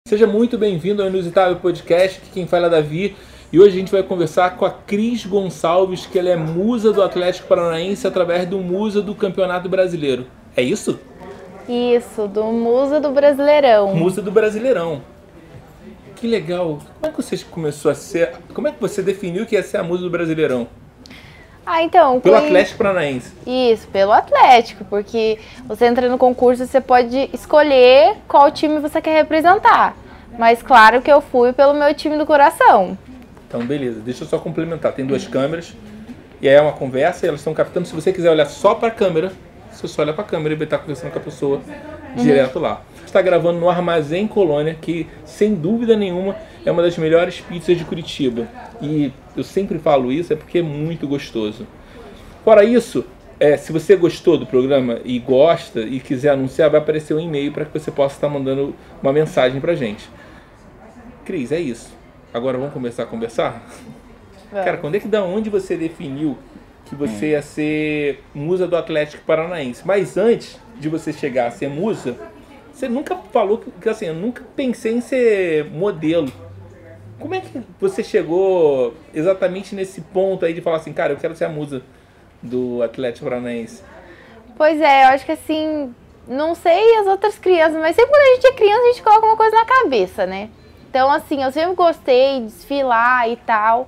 Seja muito bem-vindo ao Inusitável Podcast, aqui quem fala é Davi. E hoje a gente vai conversar com a Cris Gonçalves, que ela é musa do Atlético Paranaense através do Musa do Campeonato Brasileiro. É isso? Isso, do Musa do Brasileirão. Musa do Brasileirão. Que legal. Como é que você começou a ser... Como é que você definiu que ia ser a musa do Brasileirão? Então... Pelo Atlético Paranaense. Isso, pelo Atlético, porque você entra no concurso, você pode escolher qual time você quer representar. Mas claro que eu fui pelo meu time do coração. Então, beleza. Deixa eu só complementar. Tem duas câmeras. E aí é uma conversa e elas estão captando. Se você quiser olhar só para a câmera, você só olha para a câmera e vai estar conversando com a pessoa direto lá. Está gravando no Armazém Colônia, que sem dúvida nenhuma é uma das melhores pizzas de Curitiba. E eu sempre falo isso, é porque é muito gostoso. Fora isso, se você gostou do programa e gosta e quiser anunciar, vai aparecer um e-mail para que você possa estar mandando uma mensagem pra gente. Cris, é isso. Agora vamos começar a conversar? Cara, quando é que da onde você definiu que você ia ser musa do Atlético Paranaense? Mas antes de você chegar a ser musa, você nunca falou que assim, eu nunca pensei em ser modelo. Como é que você chegou exatamente nesse ponto aí de falar assim, cara, eu quero ser a musa do Atlético Paranaense? Pois é, eu acho que assim, não sei as outras crianças, mas sempre quando a gente é criança, a gente coloca uma coisa na cabeça, né? Então, assim, eu sempre gostei de desfilar e tal,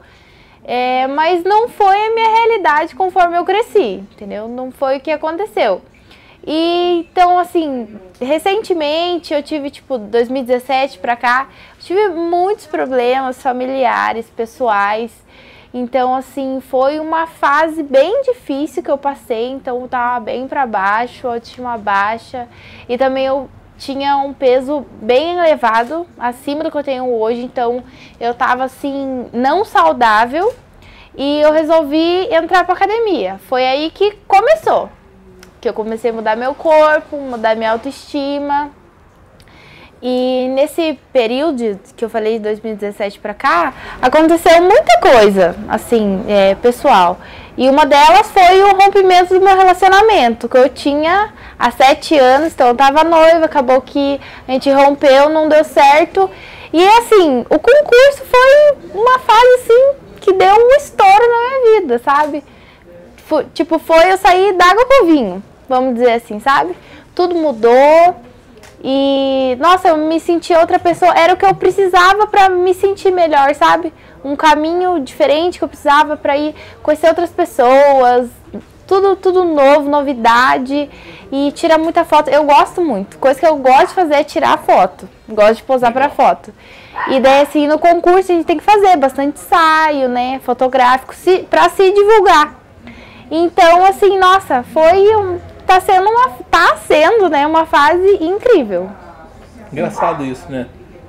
mas não foi a minha realidade conforme eu cresci, entendeu? Não foi o que aconteceu. E, então, assim, recentemente, eu tive, 2017 pra cá, tive muitos problemas familiares, pessoais. Então, assim, foi uma fase bem difícil que eu passei, então eu tava bem pra baixo, autoestima baixa. E também eu tinha um peso bem elevado, acima do que eu tenho hoje, então eu tava, assim, não saudável. E eu resolvi entrar pra academia. Foi aí que começou. Que eu comecei a mudar meu corpo, mudar minha autoestima. E nesse período que eu falei de 2017 pra cá, aconteceu muita coisa, assim, pessoal. E uma delas foi o rompimento do meu relacionamento, que eu tinha há 7 anos, então eu tava noiva, acabou que a gente rompeu, não deu certo. E assim, o concurso foi uma fase, assim, que deu um estouro na minha vida, sabe? Foi eu sair d'água pro vinho, vamos dizer assim, sabe? Tudo mudou. E, nossa, eu me senti outra pessoa, era o que eu precisava pra me sentir melhor, sabe? Um caminho diferente que eu precisava pra ir conhecer outras pessoas, tudo novo, novidade, e tirar muita foto. Eu gosto muito, coisa que eu gosto de fazer é tirar foto, gosto de posar pra foto. E daí, assim, no concurso a gente tem que fazer bastante ensaio, né, fotográfico, pra se divulgar. Então, assim, nossa, tá sendo, né, uma fase incrível. Engraçado isso, né?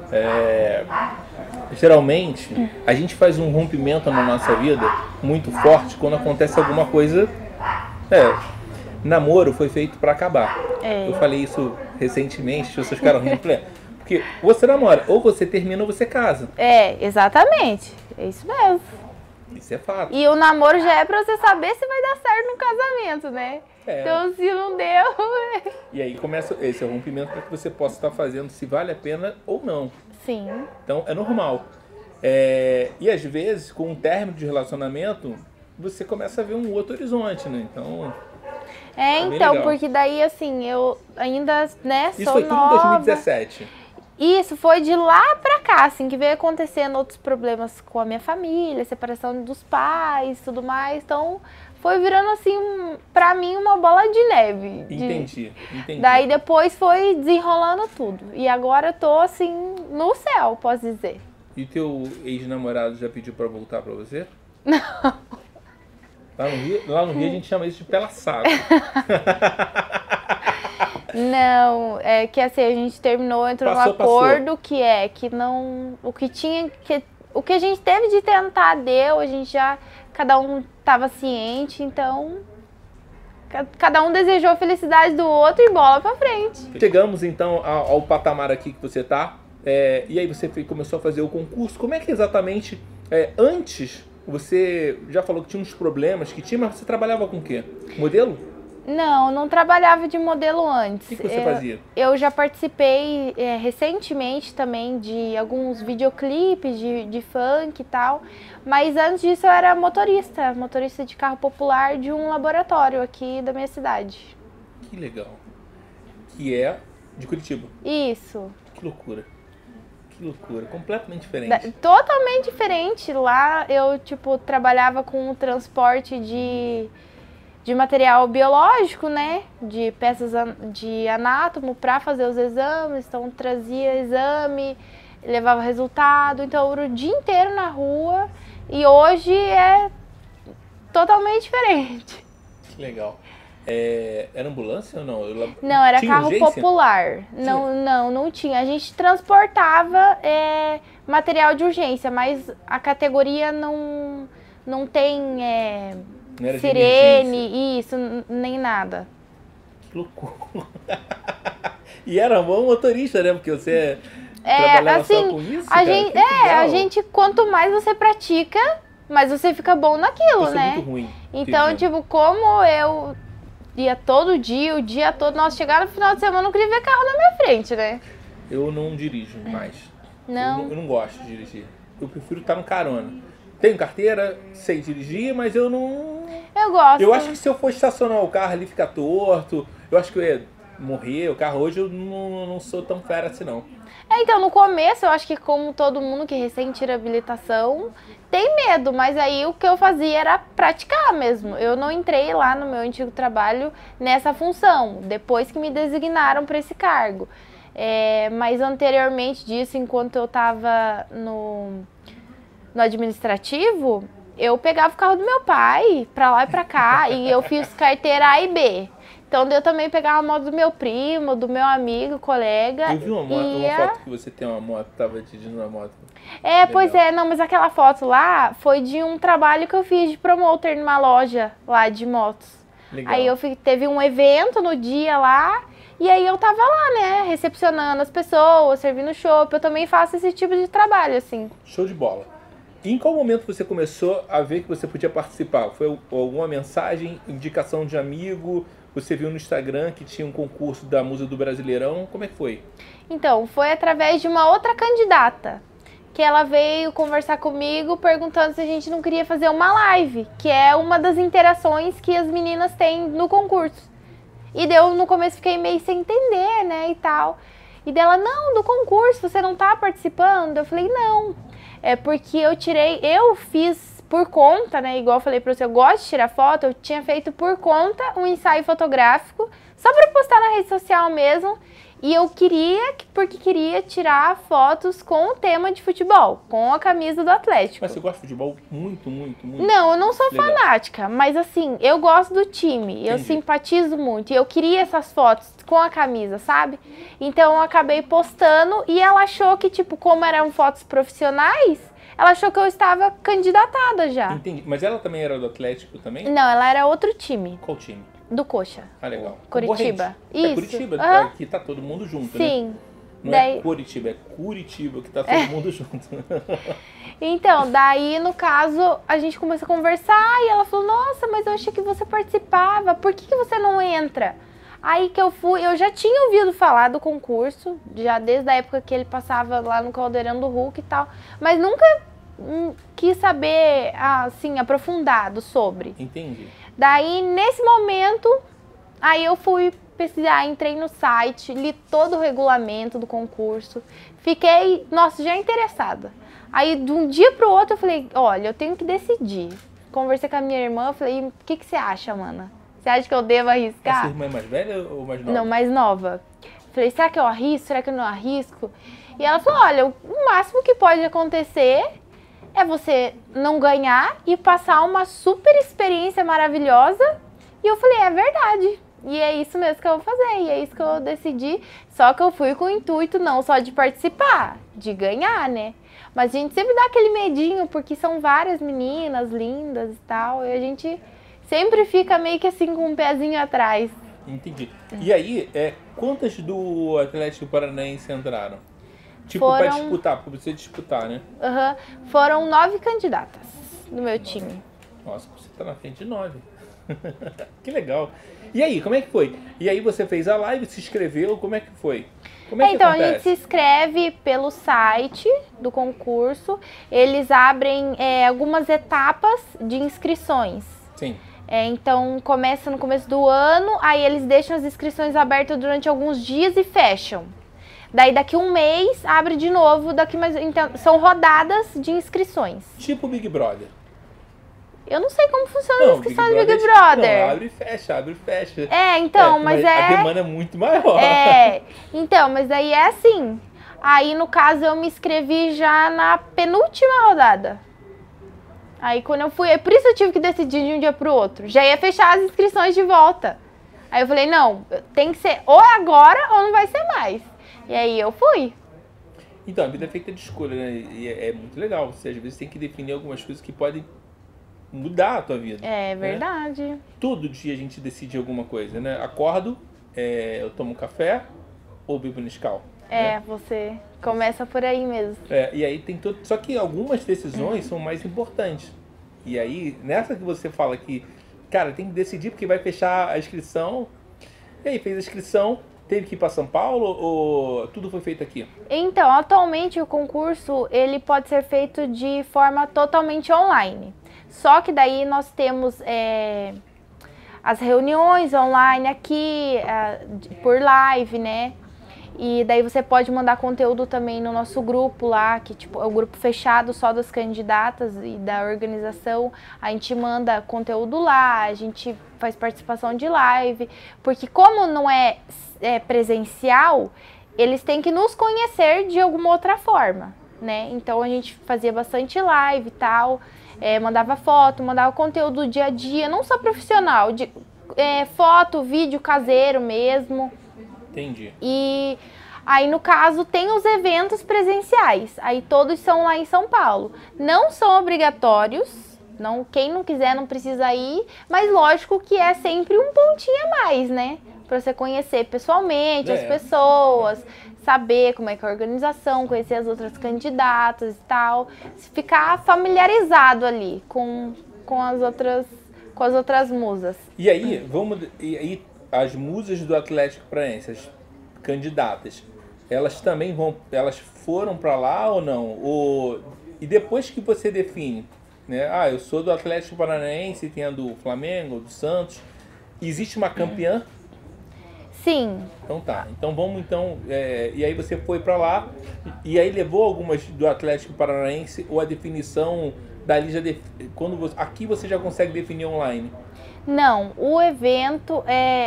Geralmente, a gente faz um rompimento na nossa vida muito forte quando acontece alguma coisa... namoro foi feito pra acabar. Eu falei isso recentemente, as pessoas ficaram rindo. Porque você namora, ou você termina ou você casa. Exatamente. É isso mesmo. Isso é fato. E o namoro já é pra você saber se vai dar certo no casamento, né? Então, se não deu... E aí começa esse rompimento para que você possa estar fazendo se vale a pena ou não. Sim. Então, é normal. E às vezes, com um término de relacionamento, você começa a ver um outro horizonte, né? Então... então, porque daí, assim, eu ainda, né, Isso sou foi tudo em nova. 2017. Isso, foi de lá pra cá, assim, que veio acontecendo outros problemas com a minha família, separação dos pais, tudo mais. Então, foi virando, assim, pra mim, uma bola de neve. Entendi. Daí, depois, foi desenrolando tudo. E agora eu tô, assim, no céu, posso dizer. E teu ex-namorado já pediu pra voltar pra você? Não. Lá no Rio a gente chama isso de pela-saco. Não, é que assim, a gente terminou, entrou num acordo que não, o que a gente teve de tentar deu, a gente já, cada um tava ciente, então cada um desejou a felicidade do outro e bola pra frente. Chegamos então ao patamar aqui que você tá, e aí você começou a fazer o concurso. Como é que exatamente, antes, você já falou que tinha uns problemas, mas você trabalhava com o quê? Modelo? Não, não trabalhava de modelo antes. O que você fazia? Eu já participei recentemente também de alguns videoclipes de funk e tal, mas antes disso eu era motorista de carro popular de um laboratório aqui da minha cidade. Que legal. Que é de Curitiba. Isso. Que loucura. Que loucura. Completamente diferente. Totalmente diferente. Lá eu, tipo, trabalhava com o transporte de material biológico, né? De peças de anátomo para fazer os exames. Então trazia exame, levava resultado. Então eu era o dia inteiro na rua e hoje é totalmente diferente. Que legal. Era ambulância ou não? Não, era tinha carro urgência? popular. Não tinha. A gente transportava material de urgência, mas a categoria não tem Não era de sirene, isso, nem nada. Que loucura. E era um bom motorista, né? Porque você trabalhava assim, só com isso, a cara? gente, Que legal. a gente, quanto mais você pratica, mais você fica bom naquilo, Isso né? é muito ruim. Então, dirigindo. tipo, como eu ia todo dia, o dia todo, nossa, chegava no final de semana, eu não queria ver carro na minha frente, né? Eu não dirijo mais. Não. Eu não gosto de dirigir. Eu prefiro estar no carona. Tenho carteira, sei dirigir, mas eu não... Eu gosto. Eu acho que se eu for estacionar o carro ali fica torto, eu acho que eu ia morrer. O carro hoje eu não sou tão fera assim, não. Então, no começo, eu acho que como todo mundo que recém tira habilitação, tem medo, mas aí o que eu fazia era praticar mesmo. Eu não entrei lá no meu antigo trabalho nessa função, depois que me designaram para esse cargo. Mas anteriormente disso, enquanto eu estava no administrativo, eu pegava o carro do meu pai pra lá e pra cá e eu fiz carteira A e B. Então eu também pegava a moto do meu primo, do meu amigo, colega. Eu vi uma foto que você tem uma moto, tava dirigindo uma moto. Pois é, não, mas aquela foto lá foi de um trabalho que eu fiz de promoter numa loja lá de motos. Legal. Aí teve um evento no dia lá e aí eu tava lá, né, recepcionando as pessoas, servindo chopp. Eu também faço esse tipo de trabalho, assim. Show de bola. E em qual momento você começou a ver que você podia participar? Foi alguma mensagem, indicação de amigo? Você viu no Instagram que tinha um concurso da Musa do Brasileirão? Como é que foi? Então, foi através de uma outra candidata, que ela veio conversar comigo perguntando se a gente não queria fazer uma live, que é uma das interações que as meninas têm no concurso. E eu no começo fiquei meio sem entender, né, e tal. E dela, não, do concurso, você não tá participando? Eu falei, não. É porque eu fiz por conta, né, igual eu falei pra você, eu gosto de tirar foto, eu tinha feito por conta um ensaio fotográfico, só pra postar na rede social mesmo, e eu porque queria tirar fotos com o tema de futebol, com a camisa do Atlético. Mas você gosta de futebol muito, muito, muito? Não, eu não sou Legal. fanática, mas assim, eu gosto do time, eu simpatizo muito, e eu queria essas fotos com a camisa, sabe? Então eu acabei postando e ela achou que, tipo, como eram fotos profissionais, ela achou que eu estava candidatada já. Entendi. Mas ela também era do Atlético também? Não, ela era outro time, Qual time? do Coxa. Ah, legal. Curitiba. Concorrente. Isso. Curitiba, Aham. aqui tá todo mundo junto, né? Sim. Não é Curitiba, é Curitiba, que tá todo mundo junto. Então, daí, no caso, a gente começou a conversar e ela falou, nossa, mas eu achei que você participava, por que você não entra? Aí que eu fui, eu já tinha ouvido falar do concurso, já desde a época que ele passava lá no Caldeirão do Hulk e tal, mas nunca quis saber, assim, aprofundado sobre. Entendi. Daí, nesse momento, aí eu fui pesquisar, entrei no site, li todo o regulamento do concurso, fiquei, nossa, já interessada. Aí, de um dia pro outro, eu falei, olha, eu tenho que decidir. Conversei com a minha irmã, falei, o que você acha, mana? Você acha que eu devo arriscar? Essa irmã é mais velha ou mais nova? Não, mais nova. Falei, será que eu arrisco? Será que eu não arrisco? E ela falou, olha, o máximo que pode acontecer é você não ganhar e passar uma super experiência maravilhosa. E eu falei, é verdade. E é isso mesmo que eu vou fazer. E é isso que eu decidi. Só que eu fui com o intuito não só de participar, de ganhar, né? Mas a gente sempre dá aquele medinho, porque são várias meninas lindas e tal. E a gente sempre fica meio que assim com um pezinho atrás. Entendi. E aí, quantas do Atlético Paranaense entraram? Tipo, Foram... pra disputar, pra você disputar, né? Foram 9 candidatas do meu time. Nossa, você tá na frente de 9. Que legal. E aí, como é que foi? E aí você fez a live, se inscreveu, como é que foi? Como é que Então, a acontece? gente se inscreve pelo site do concurso. Eles abrem algumas etapas de inscrições. Sim. Então, começa no começo do ano, aí eles deixam as inscrições abertas durante alguns dias e fecham. Daí, daqui um mês, abre de novo. Então, são rodadas de inscrições. Tipo Big Brother. Eu não sei como funciona a inscrição do Big Não, Brother. abre e fecha, abre e fecha. Então, mas a demanda é muito maior. Então, mas aí é assim. Aí, no caso, eu me inscrevi já na penúltima rodada. Aí, quando eu fui... Por isso eu tive que decidir de um dia pro outro. Já ia fechar as inscrições de volta. Aí eu falei, não, tem que ser ou agora ou não vai ser mais. E aí eu fui. Então, a vida é feita de escolha, né? E é muito legal. Você, às vezes, tem que definir algumas coisas que podem mudar a tua vida. É verdade. Né? Todo dia a gente decide alguma coisa, né? Acordo, eu tomo café ou bebo Nescau. Né? Você começa por aí mesmo. E aí tem todo... Só que algumas decisões são mais importantes. E aí, nessa que você fala que, cara, tem que decidir porque vai fechar a inscrição. E aí, fez a inscrição, teve que ir para São Paulo ou tudo foi feito aqui? Então, atualmente o concurso, ele pode ser feito de forma totalmente online. Só que daí nós temos as reuniões online aqui, por live, né? E daí você pode mandar conteúdo também no nosso grupo lá, que tipo, é o grupo fechado só das candidatas e da organização. A gente manda conteúdo lá, a gente faz participação de live, porque como não é presencial, eles têm que nos conhecer de alguma outra forma, né? Então a gente fazia bastante live e tal, mandava foto, mandava conteúdo do dia a dia, não só profissional, foto, vídeo caseiro mesmo. Entendi. E aí, no caso, tem os eventos presenciais. Aí todos são lá em São Paulo. Não são obrigatórios. Quem não quiser não precisa ir. Mas lógico que é sempre um pontinho a mais, né? Pra você conhecer pessoalmente as pessoas, saber como é que é a organização, conhecer as outras candidatas e tal. Ficar familiarizado ali com as outras musas. E aí, as musas do Atlético Paranaense, as candidatas, elas também elas foram para lá ou não? E depois que você define, né? Eu sou do Atlético Paranaense, tem a do Flamengo, do Santos, existe uma campeã? Sim. Então tá, então vamos e aí você foi para lá, e aí levou algumas do Atlético Paranaense, ou a definição dali aqui você já consegue definir online? Não, o evento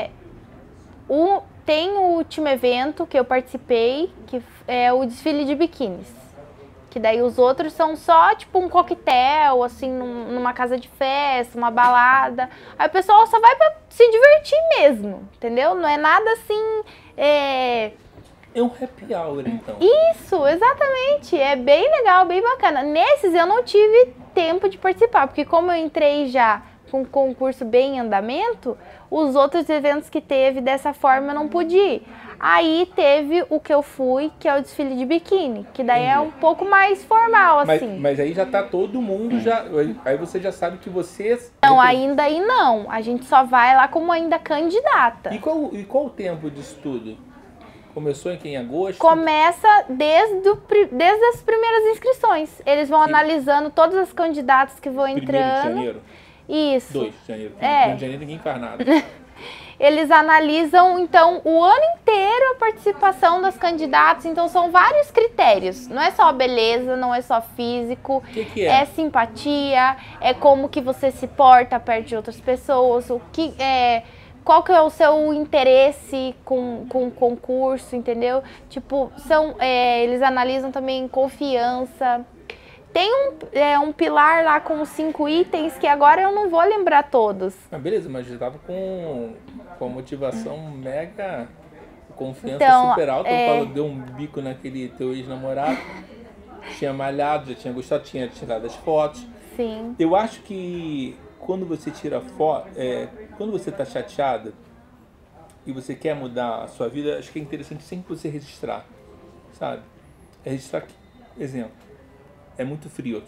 tem o último evento que eu participei, que é o desfile de biquínis. Que daí os outros são só tipo um coquetel, assim, numa casa de festa, uma balada. Aí o pessoal só vai pra se divertir mesmo, entendeu? Não é nada assim. É um happy hour, então. Isso, exatamente. É bem legal, bem bacana. Nesses eu não tive tempo de participar, porque como eu entrei já com um concurso bem em andamento, os outros eventos que teve dessa forma eu não pude ir. Aí teve o que eu fui, que é o desfile de biquíni, que daí é um pouco mais formal, assim. Mas aí já tá todo mundo, aí você já sabe que você... Não, ainda aí não. A gente só vai lá como ainda candidata. E qual o tempo disso tudo? Começou em agosto? Começa desde as primeiras inscrições. Eles vão analisando todas as candidatas que vão entrando. 1º de janeiro? Isso. 2 de janeiro. 1º de janeiro ninguém faz nada. Eles analisam, então, o ano inteiro a participação das candidatas. Então, são vários critérios. Não é só beleza, não é só físico. Que é? É simpatia, é como que você se porta perto de outras pessoas, qual que é o seu interesse com o concurso, entendeu? Tipo, eles analisam também confiança. Tem um pilar lá com os 5 itens que agora eu não vou lembrar todos. Beleza, mas já tava com a motivação mega, confiança super alta. Deu um bico naquele teu ex-namorado, tinha malhado, já tinha gostado, tinha tirado as fotos. Sim. Eu acho que quando você tira foto, quando você tá chateada e você quer mudar a sua vida, acho que é interessante sempre você registrar, sabe? Registrar aqui. Exemplo. É muito frio aqui.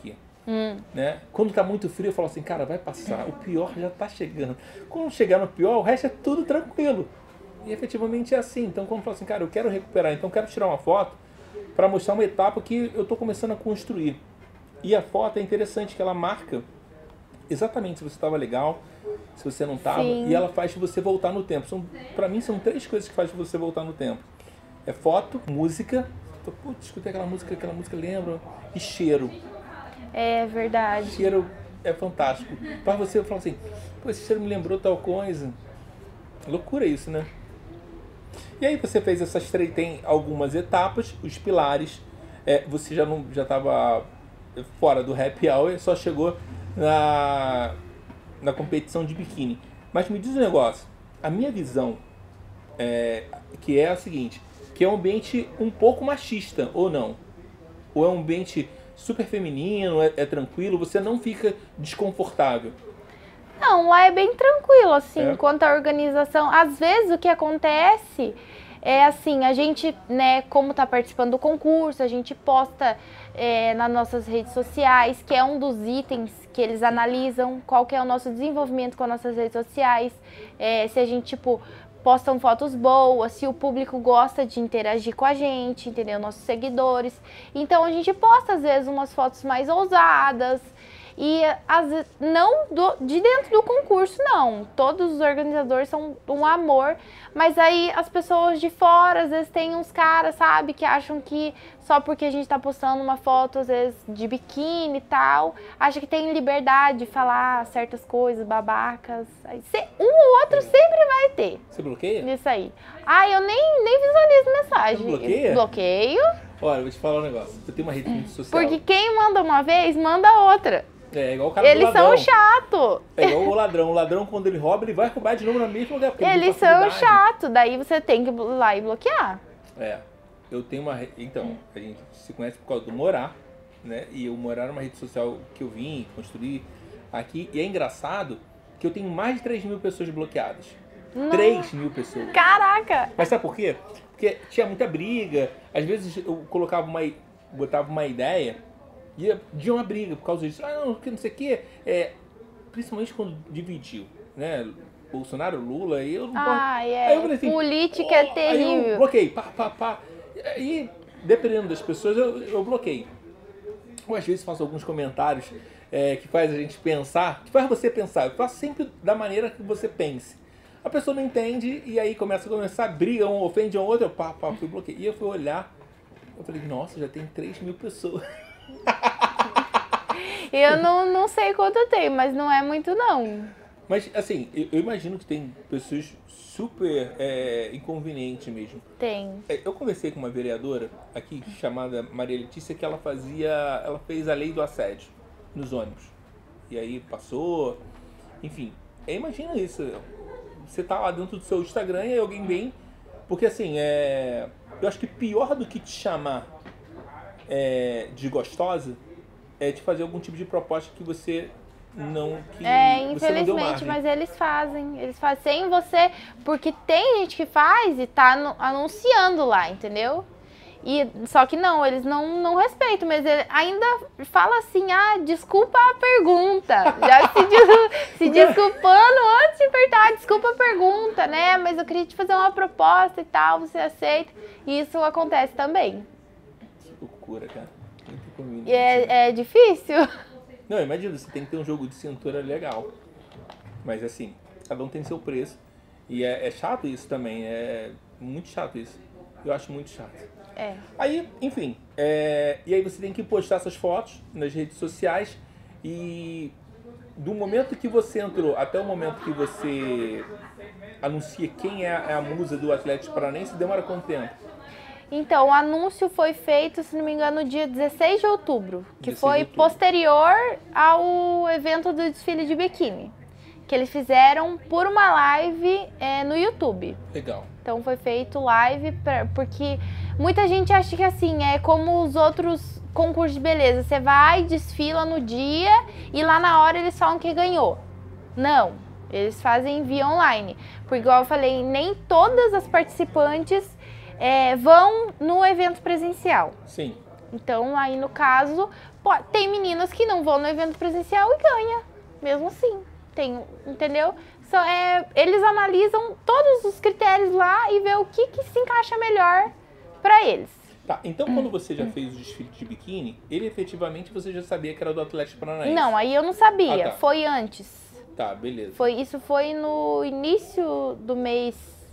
Né? Quando tá muito frio, eu falo assim, cara, vai passar, o pior já tá chegando. Quando chegar no pior, o resto é tudo tranquilo. E efetivamente é assim. Então, quando eu falo assim, cara, eu quero recuperar, então eu quero tirar uma foto para mostrar uma etapa que eu tô começando a construir. E a foto é interessante, que ela marca exatamente se você estava legal, se você não estava, e ela faz você voltar no tempo. Para mim, são 3 coisas que fazem você voltar no tempo. É foto, música, putz, escutei aquela música lembra, e cheiro. É verdade. Cheiro é fantástico. Para você falar assim, pô, esse cheiro me lembrou tal coisa. Loucura isso, né? E aí você fez essas 3, tem algumas etapas, os pilares, você já estava fora do happy hour, só chegou na competição de biquíni. Mas me diz um negócio, a minha visão que é a seguinte, que é um ambiente um pouco machista, ou não? Ou é um ambiente super feminino, é tranquilo, você não fica desconfortável? Não, lá é bem tranquilo, assim, quanto à organização. Às vezes o que acontece é assim, a gente, né, como tá participando do concurso, a gente posta nas nossas redes sociais, que é um dos itens que eles analisam, qual que é o nosso desenvolvimento com as nossas redes sociais, se a gente, tipo, postam fotos boas, se o público gosta de interagir com a gente, entendeu? Nossos seguidores. Então a gente posta, às vezes, umas fotos mais ousadas. E não de dentro do concurso, não. Todos os organizadores são um amor. Mas aí as pessoas de fora, às vezes tem uns caras, sabe, que acham que só porque a gente tá postando uma foto, às vezes, de biquíni e tal, acha que tem liberdade de falar certas coisas, babacas. Aí, um ou outro sempre vai ter. Você bloqueia? Isso aí. Eu nem visualizo mensagem. Você bloqueia? Eu bloqueio. Olha, eu vou te falar um negócio. Eu tenho uma rede social. Porque quem manda uma vez, manda outra. É igual o cara Eles do ladrão. são chato. É igual o ladrão. O ladrão, quando ele rouba, ele vai roubar de novo no mesmo lugar. Eles são chato. Daí você tem que ir lá e bloquear. Eu tenho uma... Então, a gente se conhece por causa do Morar, né? E o Morar é uma rede social que eu vim construir aqui. E é engraçado que eu tenho mais de 3 mil pessoas bloqueadas. 3 mil pessoas. Caraca! Mas sabe por quê? Porque tinha muita briga. Às vezes eu botava uma ideia... Ia de uma briga por causa disso. Não, que não sei o quê. Principalmente quando dividiu, né? Bolsonaro, Lula, e eu não posso. Aí eu falei assim, política é terrível. Aí eu bloqueei, pá. E dependendo das pessoas, eu bloqueei. Ou às vezes faço alguns comentários que faz a gente pensar, que faz você pensar. Eu faço sempre da maneira que você pense. A pessoa não entende e aí começa a briga, um ofende um outro, eu fui bloqueei. E eu fui olhar, eu falei, nossa, já tem 3 mil pessoas. Eu não sei quanto tem, mas não é muito não. Mas assim, eu imagino que tem pessoas super inconvenientes mesmo. Tem. Eu conversei com uma vereadora aqui chamada Maria Letícia, que ela fez a lei do assédio nos ônibus. E aí passou, enfim. Imagina isso, você tá lá dentro do seu Instagram e alguém vem, porque assim, eu acho que pior do que te chamar de gostosa é de fazer algum tipo de proposta que você não infelizmente, mas eles fazem sem você, porque tem gente que faz e tá anunciando lá, entendeu? Só que não, eles não respeitam, mas ele ainda fala assim, desculpa a pergunta, já se desculpando antes de apertar, desculpa a pergunta, né, mas eu queria te fazer uma proposta e tal, você aceita, e isso acontece também. Que loucura, cara. E é difícil. Não, imagina, você tem que ter um jogo de cintura legal. Mas assim, cada um tem seu preço. E é chato isso também, é muito chato isso. Eu acho muito chato. Aí, enfim, e aí você tem que postar essas fotos nas redes sociais e do momento que você entrou até o momento que você anuncia quem é a musa do Atlético Paranaense, demora quanto tempo? Então, o anúncio foi feito, se não me engano, no dia 16 de outubro, que foi posterior ao evento do desfile de biquíni, que eles fizeram por uma live no YouTube. Legal. Então foi feito live, porque muita gente acha que assim, é como os outros concursos de beleza, você vai, desfila no dia e lá na hora eles falam que ganhou. Não, eles fazem via online, porque igual eu falei, nem todas as participantes vão no evento presencial. Sim. Então, aí no caso, tem meninas que não vão no evento presencial e ganha, mesmo assim. Tem, entendeu? Eles analisam todos os critérios lá e vê o que se encaixa melhor pra eles. Tá, então quando você já fez o desfile de biquíni, ele efetivamente você já sabia que era do Atlético Paranaense? Não, aí eu não sabia, tá. Foi antes. Tá, beleza. Isso foi no início do mês,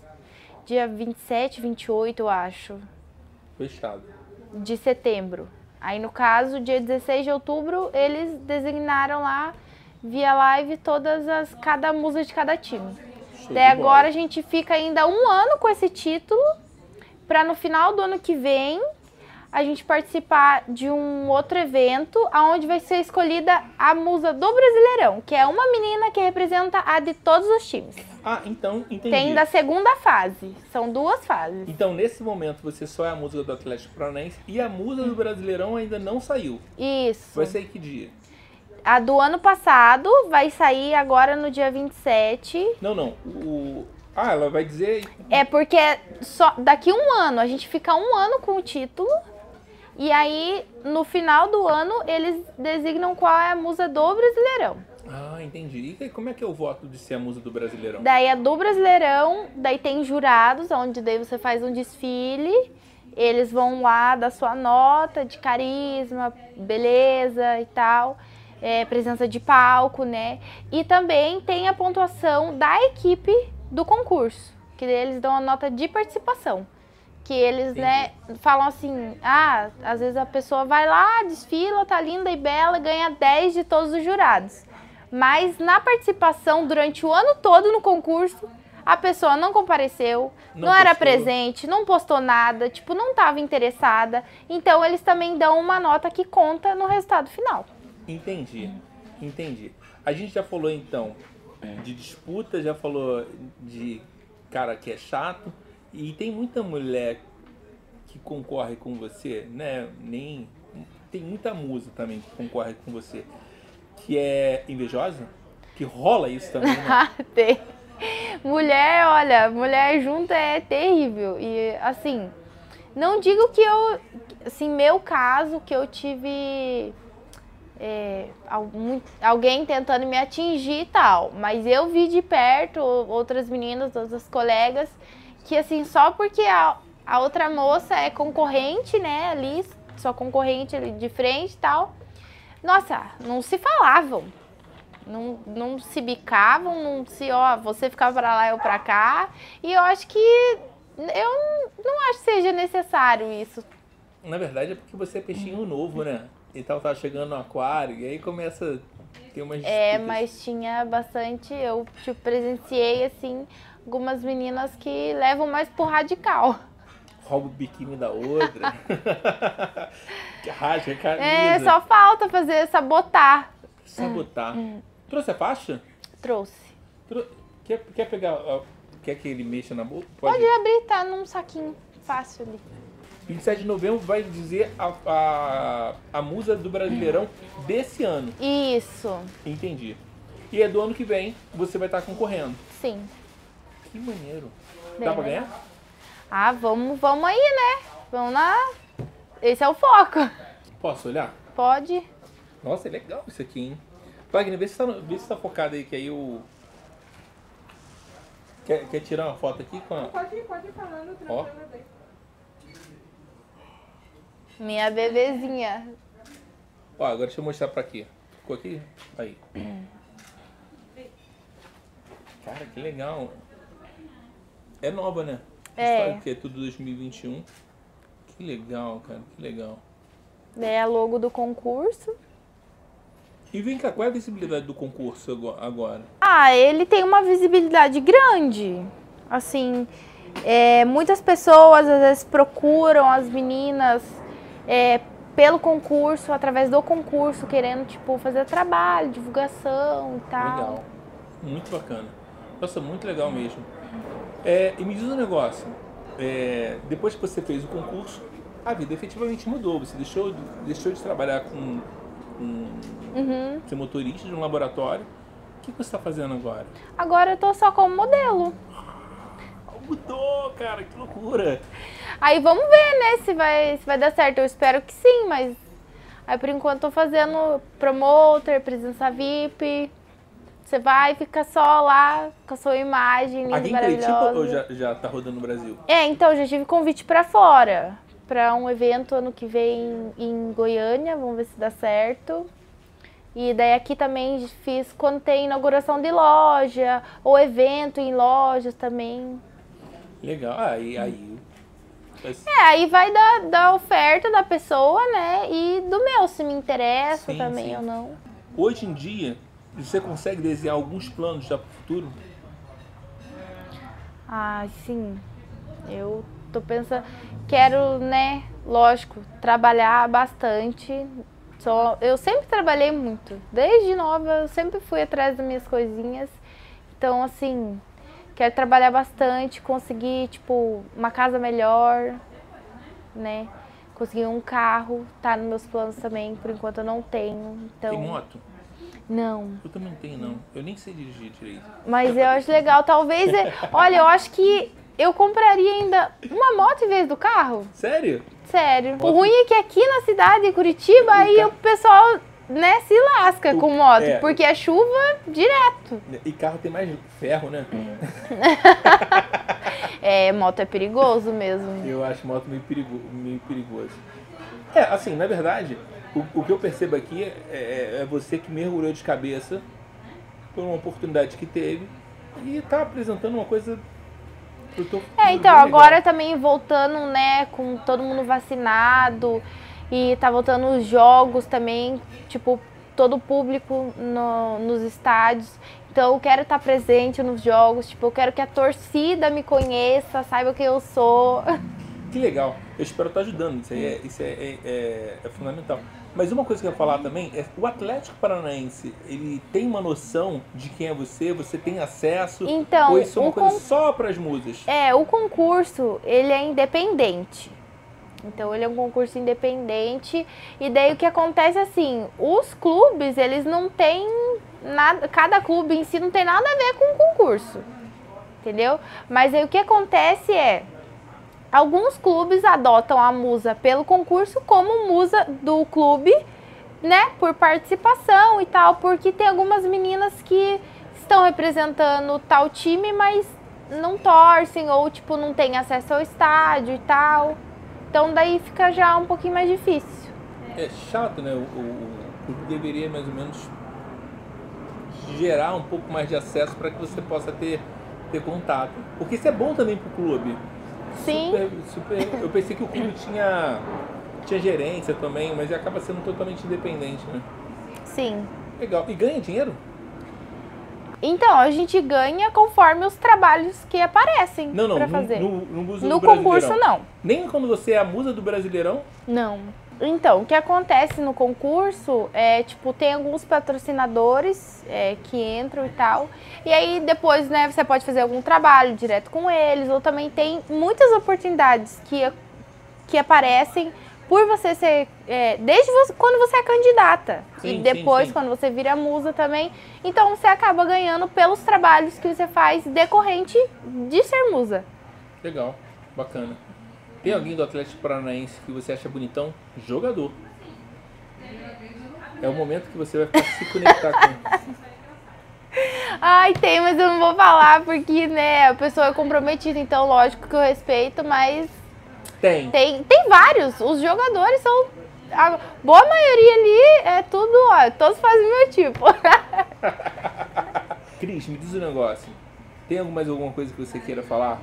dia 27, 28, eu acho. Fechado. De setembro. Aí no caso, dia 16 de outubro, eles designaram lá, via live, cada musa de cada time. Até agora a gente fica ainda um ano com esse título, para no final do ano que vem a gente participar de um outro evento, onde vai ser escolhida a musa do Brasileirão, que é uma menina que representa a de todos os times. Ah, então, entendi. Tem da segunda fase, são 2 fases. Então, nesse momento, você só é a musa do Atlético Paranaense e a musa do Brasileirão ainda não saiu. Isso. Vai sair que dia? A do ano passado vai sair agora no dia 27. Não. Ela vai dizer... É porque só daqui um ano, a gente fica um ano com o título. E aí, no final do ano, eles designam qual é a musa do Brasileirão. Ah, entendi. E como é que é o voto de ser a musa do Brasileirão? Daí a do Brasileirão, daí tem jurados, onde daí você faz um desfile. Eles vão lá dar sua nota de carisma, beleza e tal. Presença de palco, né? E também tem a pontuação da equipe do concurso, que eles dão a nota de participação. Que eles, né, falam assim, às vezes a pessoa vai lá, desfila, tá linda e bela, ganha 10 de todos os jurados. Mas na participação, durante o ano todo no concurso, a pessoa não compareceu, não era presente, não postou nada, tipo, não estava interessada. Então eles também dão uma nota que conta no resultado final. Entendi. A gente já falou então de disputa, já falou de cara que é chato. E tem muita mulher que concorre com você, né? Tem muita musa também que concorre com você, que é invejosa, que rola isso também, né? Tem. Mulher junta é terrível. E assim, não digo que meu caso, que eu tive alguém tentando me atingir e tal, mas eu vi de perto outras meninas, outras colegas, que assim, só porque a outra moça é concorrente, né, ali, só concorrente ali de frente e tal, nossa, não se falavam, não se bicavam, você ficava pra lá, eu pra cá, e eu acho que, eu não acho que seja necessário isso. Na verdade é porque você é peixinho novo, né, então tava chegando no aquário, e aí começa a ter umas disputas. Mas tinha bastante, eu presenciei, assim, algumas meninas que levam mais pro radical. Rouba o biquíni da outra. Rasga a camisa. Só falta sabotar. Sabotar. Trouxe a faixa? Trouxe. Quer pegar... Quer que ele mexa na boca? Pode abrir, tá num saquinho fácil ali. 27 de novembro vai dizer a musa do Brasileirão desse ano. Isso. Entendi. E é do ano que vem, você vai estar concorrendo. Sim. Que maneiro. Bem, dá pra ganhar? Vamos aí, né? Vamos lá. Esse é o foco. Posso olhar? Pode. Nossa, é legal isso aqui, hein? Wagner, vê se tá focado aí, que aí o... Quer tirar uma foto aqui com a... Pode ir falando, Ó. Minha bebezinha. Ó, agora deixa eu mostrar pra aqui. Ficou aqui? Aí. Cara, que legal. É nova, né? Que é tudo 2021. Que legal, cara, que legal. É a logo do concurso. E vem cá, qual é a visibilidade do concurso agora? Ele tem uma visibilidade grande. Assim, muitas pessoas às vezes procuram as meninas pelo concurso, através do concurso, querendo, tipo, fazer trabalho, divulgação e tal. Legal. Muito bacana. Nossa, muito legal mesmo. E me diz um negócio. Depois que você fez o concurso, a vida efetivamente mudou. Você deixou de trabalhar com ser motorista de um laboratório. O que você está fazendo agora? Agora eu tô só como modelo. Mudou, cara, que loucura. Aí vamos ver, né, se vai dar certo. Eu espero que sim, mas aí por enquanto tô fazendo promoter, presença VIP. Você vai e fica só lá com a sua imagem linda, Aqui em Curitiba ou maravilhosa. já tá rodando no Brasil? Então, já tive convite pra fora. Pra um evento ano que vem em Goiânia, vamos ver se dá certo. E daí aqui também fiz quando tem inauguração de loja, ou evento em lojas também. Legal. Aí. Aí vai da oferta da pessoa, né? E do meu, se me interessa Sim, também sim. ou não. Hoje em dia, você consegue desenhar alguns planos já pro futuro? Ah, sim. Eu tô pensando, quero, né, lógico, trabalhar bastante. Eu sempre trabalhei muito. Desde nova, eu sempre fui atrás das minhas coisinhas. Então, assim, quero trabalhar bastante, conseguir, tipo, uma casa melhor, né? Conseguir um carro, tá nos meus planos também, por enquanto eu não tenho. Então, Tem moto? não. Eu também não tenho, não. Eu nem sei dirigir direito. Mas eu acho legal, talvez, olha, eu acho que eu compraria ainda uma moto em vez do carro. Sério? Sério. Moto. O ruim é que aqui na cidade de Curitiba, aí o pessoal, né, se lasca com moto, porque é chuva direto. E carro tem mais ferro, né? Moto é perigoso mesmo. Eu acho moto meio perigoso. Assim, na verdade, o que eu percebo aqui é você que mergulhou de cabeça por uma oportunidade que teve e tá apresentando uma coisa pro teu futuro Então, bem agora legal. também voltando, né, com todo mundo vacinado e tá voltando os jogos também, tipo, todo o público nos estádios. Então, eu quero estar presente nos jogos, tipo, eu quero que a torcida me conheça, saiba quem eu sou. Que legal. Eu espero estar ajudando. Isso é fundamental. Mas uma coisa que eu ia falar também é o Atlético Paranaense, ele tem uma noção de quem é você? Você tem acesso? Então, ou isso é uma coisa só para as musas? O concurso, ele é independente. Então, ele é um concurso independente. E daí, o que acontece assim, os clubes, eles não têm nada, cada clube em si não tem nada a ver com o concurso. Entendeu? Mas aí, o que acontece alguns clubes adotam a musa pelo concurso como musa do clube, né, por participação e tal, porque tem algumas meninas que estão representando tal time, mas não torcem ou, tipo, não tem acesso ao estádio e tal. Então, daí fica já um pouquinho mais difícil. É chato, né? O clube deveria, mais ou menos, gerar um pouco mais de acesso para que você possa ter contato. Porque isso é bom também pro clube. Sim. Super. Eu pensei que o clube tinha gerência também, mas acaba sendo totalmente independente, né? Sim. Legal. E ganha dinheiro? Então, a gente ganha conforme os trabalhos que aparecem pra fazer. No concurso, não. Nem quando você é a musa do Brasileirão? Não. Então, o que acontece no concurso é, tipo, tem alguns patrocinadores que entram e tal. E aí, depois, né, você pode fazer algum trabalho direto com eles. Ou também tem muitas oportunidades que aparecem por você ser... desde quando você é candidata. Sim, e depois, sim. quando você vira musa também. Então, você acaba ganhando pelos trabalhos que você faz decorrente de ser musa. Legal. Bacana. Tem alguém do Atlético Paranaense que você acha bonitão? Jogador. É o momento que você vai se conectar com. Ai, tem, mas eu não vou falar porque, né, a pessoa é comprometida, então lógico que eu respeito, mas... Tem. Tem vários. Os jogadores são... A boa maioria ali é tudo, todos fazem o meu tipo. Cris, me diz um negócio. Tem mais alguma coisa que você queira falar?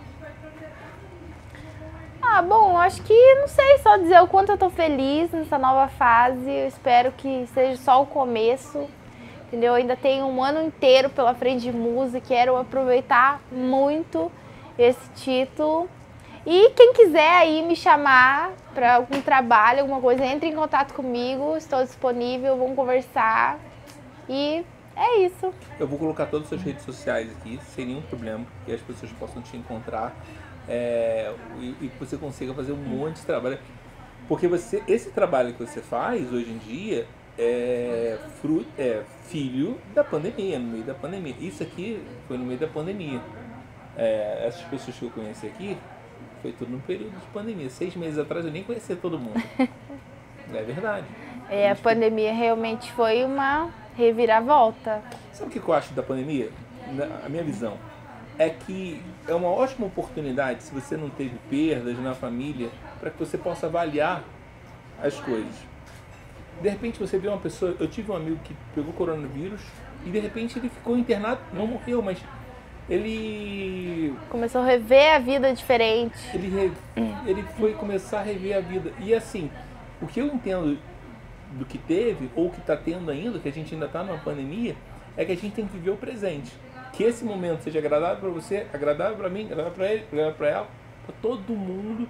Bom, acho que, não sei, só dizer o quanto eu tô feliz nessa nova fase. Eu espero que seja só o começo, entendeu? Eu ainda tenho um ano inteiro pela frente de música, quero aproveitar muito esse título. E quem quiser aí me chamar para algum trabalho, alguma coisa, entre em contato comigo, estou disponível, vamos conversar. E é isso. Eu vou colocar todas as suas redes sociais aqui, sem nenhum problema, que as pessoas possam te encontrar. E que você consiga fazer um monte de trabalho. Porque esse trabalho que você faz hoje em dia é filho da pandemia, no meio da pandemia. Isso aqui foi no meio da pandemia. essas pessoas que eu conheci aqui, foi tudo no período de pandemia. 6 meses atrás eu nem conhecia todo mundo. É verdade. A pandemia realmente foi uma reviravolta. Sabe o que eu acho da pandemia? A minha visão é que é uma ótima oportunidade, se você não teve perdas na família, para que você possa avaliar as coisas. De repente você vê uma pessoa, eu tive um amigo que pegou coronavírus e de repente ele ficou internado, não morreu, mas ele começou a rever a vida diferente. Ele foi começar a rever a vida. E assim, o que eu entendo do que teve, ou que está tendo ainda, que a gente ainda está numa pandemia, é que a gente tem que viver o presente. Que esse momento seja agradável para você, agradável para mim, agradável para ele, agradável para ela, para todo mundo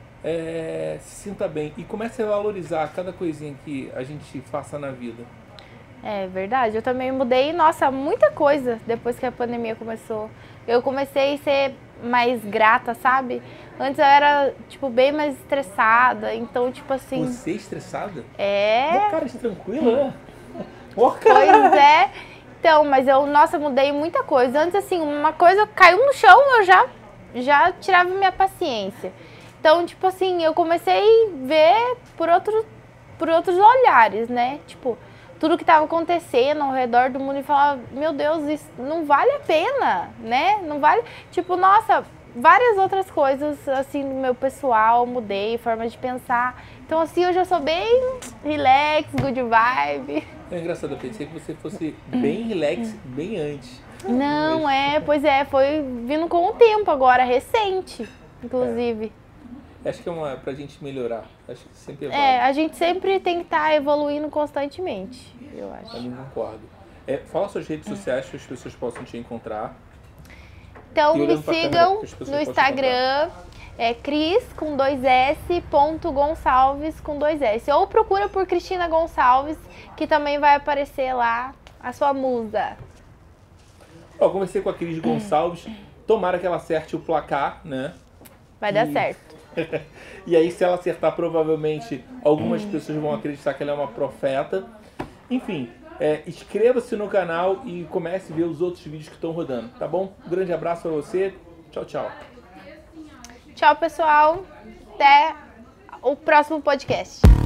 se sinta bem. E comece a valorizar cada coisinha que a gente faça na vida. É verdade, eu também mudei, nossa, muita coisa depois que a pandemia começou. Eu comecei a ser mais grata, sabe? Antes eu era, tipo, bem mais estressada, então, tipo assim... Você estressada? É... Cara, tranquila, né? Pois é. Então, mas nossa, mudei muita coisa. Antes, assim, uma coisa caiu no chão, eu já tirava minha paciência. Então, tipo assim, eu comecei a ver por outros olhares, né? Tipo, tudo que estava acontecendo ao redor do mundo e falar, meu Deus, isso não vale a pena, né? Não vale, tipo, nossa, várias outras coisas, assim, no meu pessoal, mudei, forma de pensar. Então, assim, hoje eu sou bem relax, good vibe. É engraçado, eu pensei que você fosse bem relax, bem antes. Não, pois é, foi vindo com o tempo agora, recente, inclusive. Acho que é pra gente melhorar. Acho que sempre a gente sempre tem que estar evoluindo constantemente, eu acho. Eu não concordo. Fala suas redes sociais que as pessoas possam te encontrar. Então me sigam no Instagram, Cris com 2S, .Gonçalves com 2S. Ou procura por Cristina Gonçalves, que também vai aparecer lá a sua musa. Conversei com a Cris Gonçalves. Tomara que ela acerte o placar, né? Vai dar certo. E aí, se ela acertar, provavelmente algumas pessoas vão acreditar que ela é uma profeta. Enfim, inscreva-se no canal e comece a ver os outros vídeos que estão rodando, tá bom? Um grande abraço pra você. Tchau, tchau. Tchau, pessoal. Até o próximo podcast.